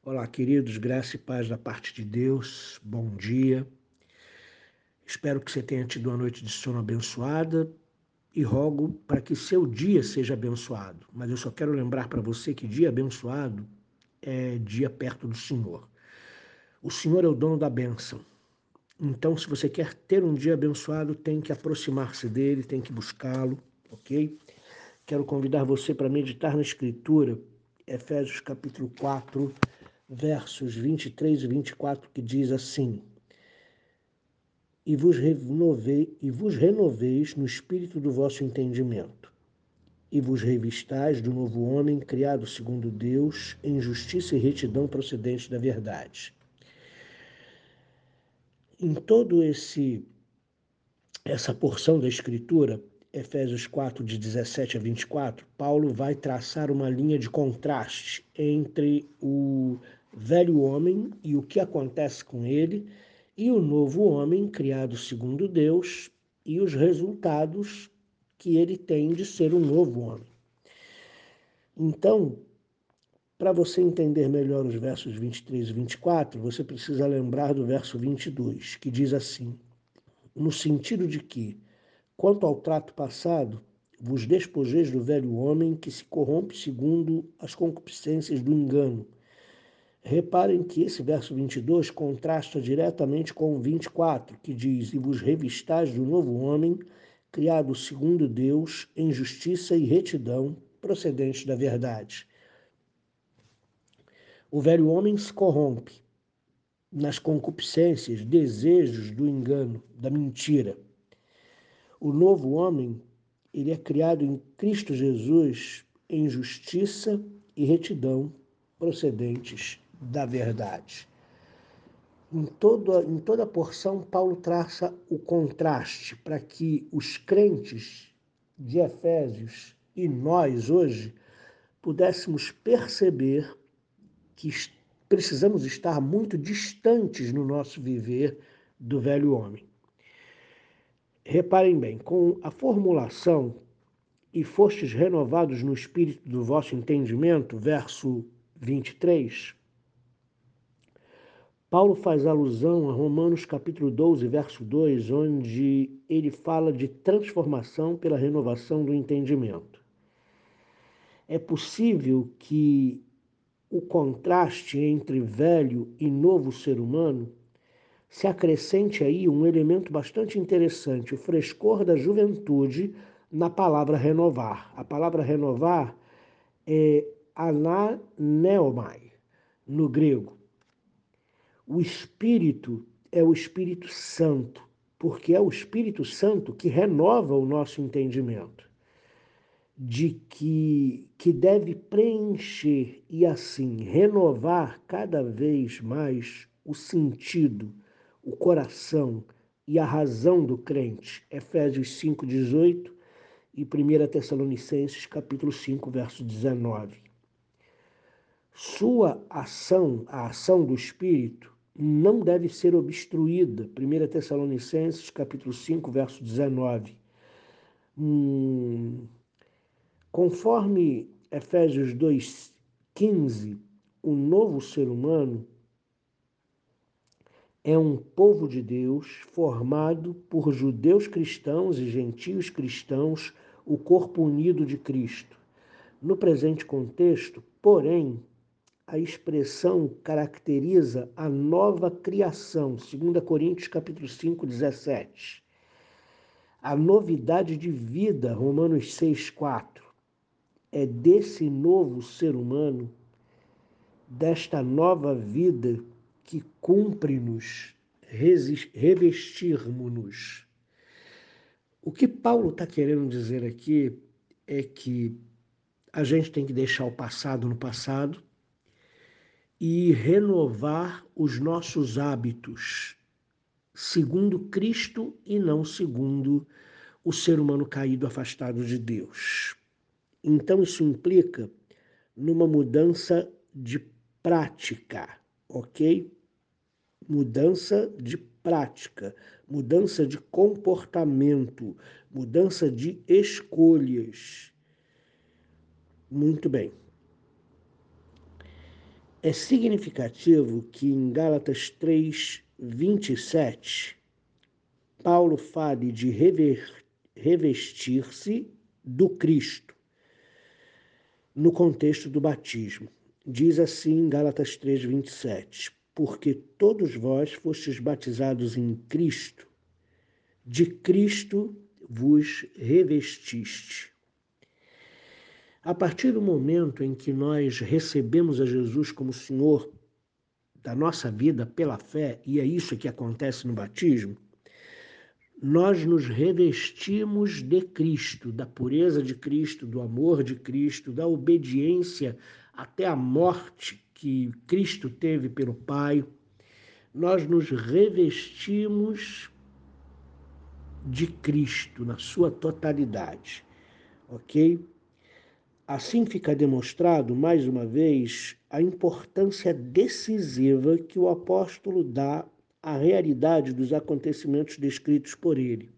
Olá, queridos, graça e paz da parte de Deus, bom dia. Espero que você tenha tido uma noite de sono abençoada e rogo para que seu dia seja abençoado. Mas eu só quero lembrar para você que dia abençoado é dia perto do Senhor. O Senhor é o dono da bênção. Então, se você quer ter um dia abençoado, tem que aproximar-se dele, tem que buscá-lo, ok? Quero convidar você para meditar na Escritura, Efésios capítulo 4, versos 23 e 24, que diz assim: E vos renoveis no espírito do vosso entendimento, e vos revistais do novo homem, criado segundo Deus, em justiça e retidão procedentes da verdade. Em todo essa porção da Escritura, Efésios 4, de 17 a 24, Paulo vai traçar uma linha de contraste entre o velho homem e o que acontece com ele, e o novo homem, criado segundo Deus, e os resultados que ele tem de ser um novo homem. Então, para você entender melhor os versos 23 e 24, você precisa lembrar do verso 22, que diz assim: no sentido de que, quanto ao trato passado, vos despojeis do velho homem que se corrompe segundo as concupiscências do engano. Reparem que esse verso 22 contrasta diretamente com o 24, que diz: E vos revistais do novo homem, criado segundo Deus, em justiça e retidão, procedentes da verdade. O velho homem se corrompe nas concupiscências, desejos do engano, da mentira. O novo homem, ele é criado em Cristo Jesus em justiça e retidão procedentes da verdade. Em toda a porção, Paulo traça o contraste para que os crentes de Efésios e nós hoje pudéssemos perceber que precisamos estar muito distantes no nosso viver do velho homem. Reparem bem, com a formulação e fostes renovados no espírito do vosso entendimento, verso 23, Paulo faz alusão a Romanos capítulo 12, verso 2, onde ele fala de transformação pela renovação do entendimento. É possível que o contraste entre velho e novo ser humano se acrescente aí um elemento bastante interessante, o frescor da juventude na palavra renovar. A palavra renovar é ananeomai, no grego. O Espírito é o Espírito Santo, porque é o Espírito Santo que renova o nosso entendimento, de que deve preencher e assim renovar cada vez mais o sentido, o coração e a razão do crente. Efésios 5:18 e 1 Tessalonicenses capítulo 5, verso 19. Sua ação, a ação do Espírito, não deve ser obstruída. 1 Tessalonicenses capítulo 5, verso 19. Conforme Efésios 2:15, o novo ser humano é um povo de Deus formado por judeus cristãos e gentios cristãos, o corpo unido de Cristo. No presente contexto, porém, a expressão caracteriza a nova criação, 2 Coríntios capítulo 5, 17. A novidade de vida, Romanos 6, 4. É desse novo ser humano, desta nova vida, que cumpre-nos revestirmos-nos. O que Paulo está querendo dizer aqui é que a gente tem que deixar o passado no passado e renovar os nossos hábitos, segundo Cristo e não segundo o ser humano caído, afastado de Deus. Então isso implica numa mudança de prática, ok? Mudança de prática, mudança de comportamento, mudança de escolhas. Muito bem. É significativo que em Gálatas 3:27, Paulo fale de revestir-se do Cristo, no contexto do batismo. Diz assim em Gálatas 3:27, porque todos vós fostes batizados em Cristo, de Cristo vos revestiste. A partir do momento em que nós recebemos a Jesus como Senhor da nossa vida pela fé, e é isso que acontece no batismo, nós nos revestimos de Cristo, da pureza de Cristo, do amor de Cristo, da obediência até a morte que Cristo teve pelo Pai. Nós nos revestimos de Cristo na sua totalidade, ok? Assim fica demonstrado, mais uma vez, a importância decisiva que o apóstolo dá à realidade dos acontecimentos descritos por ele.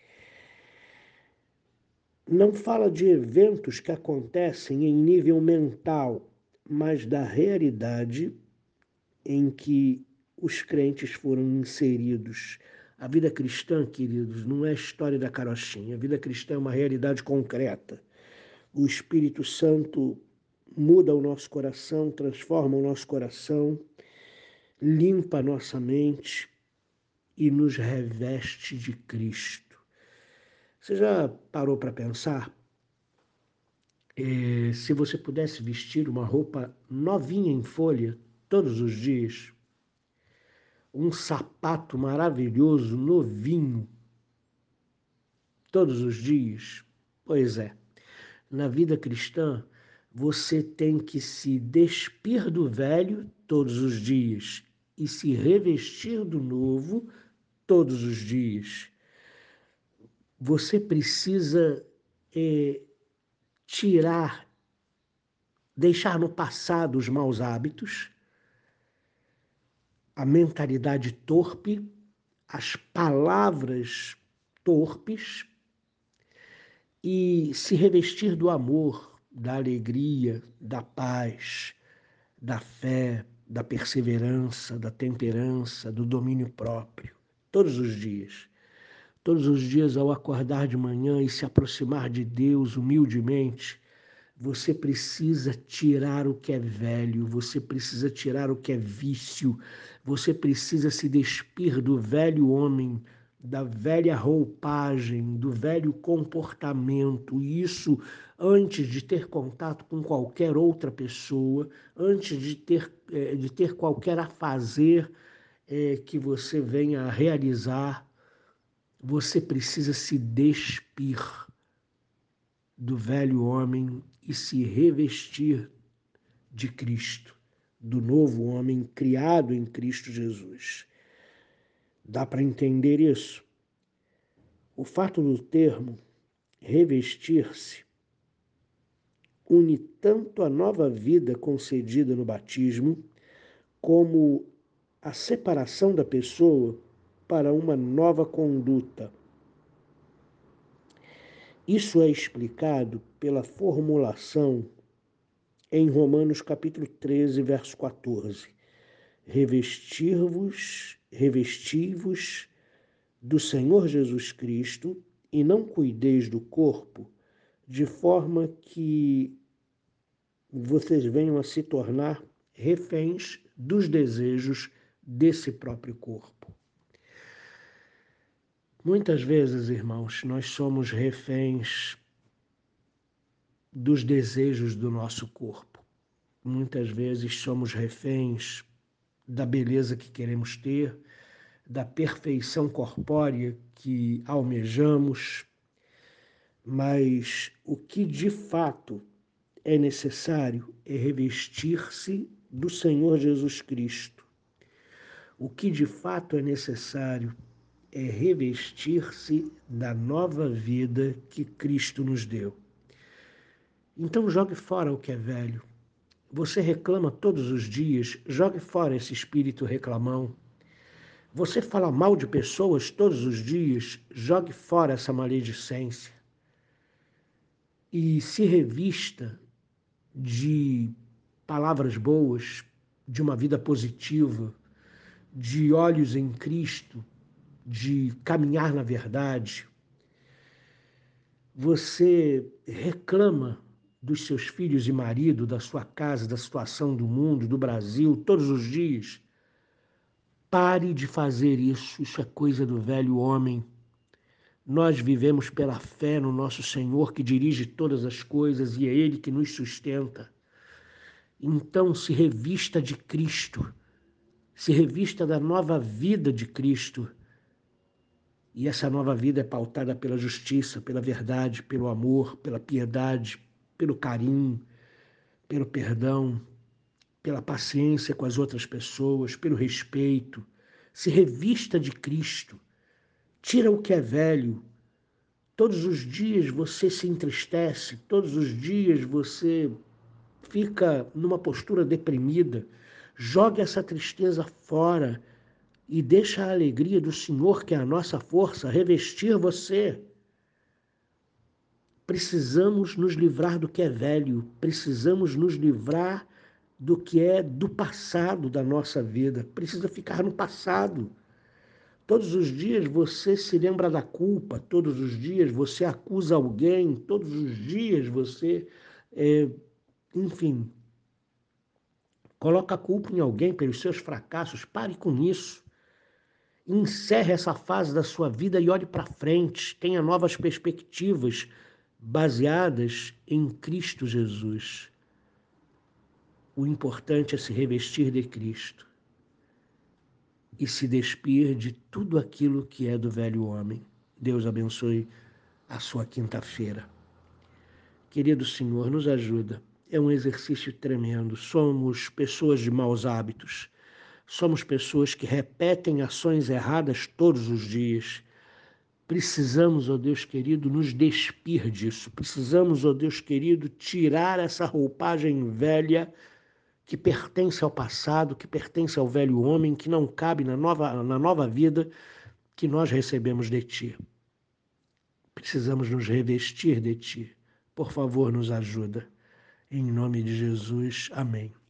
Não fala de eventos que acontecem em nível mental, mas da realidade em que os crentes foram inseridos. A vida cristã, queridos, não é história da carochinha. A vida cristã é uma realidade concreta. O Espírito Santo muda o nosso coração, transforma o nosso coração, limpa a nossa mente e nos reveste de Cristo. Você já parou para pensar? Se você pudesse vestir uma roupa novinha em folha todos os dias, um sapato maravilhoso, novinho, todos os dias, pois é, na vida cristã, você tem que se despir do velho todos os dias e se revestir do novo todos os dias. Você precisa tirar, deixar no passado os maus hábitos, a mentalidade torpe, as palavras torpes e se revestir do amor, da alegria, da paz, da fé, da perseverança, da temperança, do domínio próprio, todos os dias. Todos os dias, ao acordar de manhã e se aproximar de Deus humildemente, você precisa tirar o que é velho, você precisa tirar o que é vício, você precisa se despir do velho homem, da velha roupagem, do velho comportamento. E isso antes de ter contato com qualquer outra pessoa, antes de ter qualquer afazer que você venha a realizar, você precisa se despir do velho homem e se revestir de Cristo, do novo homem criado em Cristo Jesus. Dá para entender isso? O fato do termo revestir-se une tanto a nova vida concedida no batismo, como a separação da pessoa para uma nova conduta. Isso é explicado pela formulação em Romanos capítulo 13, verso 14. Revesti-vos do Senhor Jesus Cristo e não cuideis do corpo, de forma que vocês venham a se tornar reféns dos desejos desse próprio corpo. Muitas vezes, irmãos, nós somos reféns dos desejos do nosso corpo. Muitas vezes somos reféns da beleza que queremos ter, da perfeição corpórea que almejamos, mas o que de fato é necessário é revestir-se do Senhor Jesus Cristo. O que de fato é necessário é revestir-se da nova vida que Cristo nos deu. Então jogue fora o que é velho. Você reclama todos os dias, jogue fora esse espírito reclamão. Você fala mal de pessoas todos os dias, jogue fora essa maledicência. E se revista de palavras boas, de uma vida positiva, de olhos em Cristo, de caminhar na verdade. Você reclama dos seus filhos e marido, da sua casa, da situação do mundo, do Brasil, todos os dias. Pare de fazer isso, isso é coisa do velho homem. Nós vivemos pela fé no nosso Senhor que dirige todas as coisas e é Ele que nos sustenta. Então se revista de Cristo, se revista da nova vida de Cristo. E essa nova vida é pautada pela justiça, pela verdade, pelo amor, pela piedade, pelo carinho, pelo perdão, pela paciência com as outras pessoas, pelo respeito. Se revista de Cristo. Tira o que é velho. Todos os dias você se entristece, todos os dias você fica numa postura deprimida. Jogue essa tristeza fora e deixa a alegria do Senhor, que é a nossa força, revestir você. Precisamos nos livrar do que é velho, precisamos nos livrar do que é do passado da nossa vida. Precisa ficar no passado. Todos os dias você se lembra da culpa, todos os dias você acusa alguém, todos os dias você, enfim, coloca a culpa em alguém pelos seus fracassos. Pare com isso. Encerre essa fase da sua vida e olhe para frente. Tenha novas perspectivas baseadas em Cristo Jesus. O importante é se revestir de Cristo e se despir de tudo aquilo que é do velho homem. Deus abençoe a sua quinta-feira. Querido Senhor, nos ajuda. É um exercício tremendo. Somos pessoas de maus hábitos. Somos pessoas que repetem ações erradas todos os dias. Precisamos, ó Deus querido, nos despir disso. Precisamos, ó Deus querido, tirar essa roupagem velha que pertence ao passado, que pertence ao velho homem, que não cabe na nova vida que nós recebemos de Ti. Precisamos nos revestir de Ti. Por favor, nos ajuda. Em nome de Jesus, amém.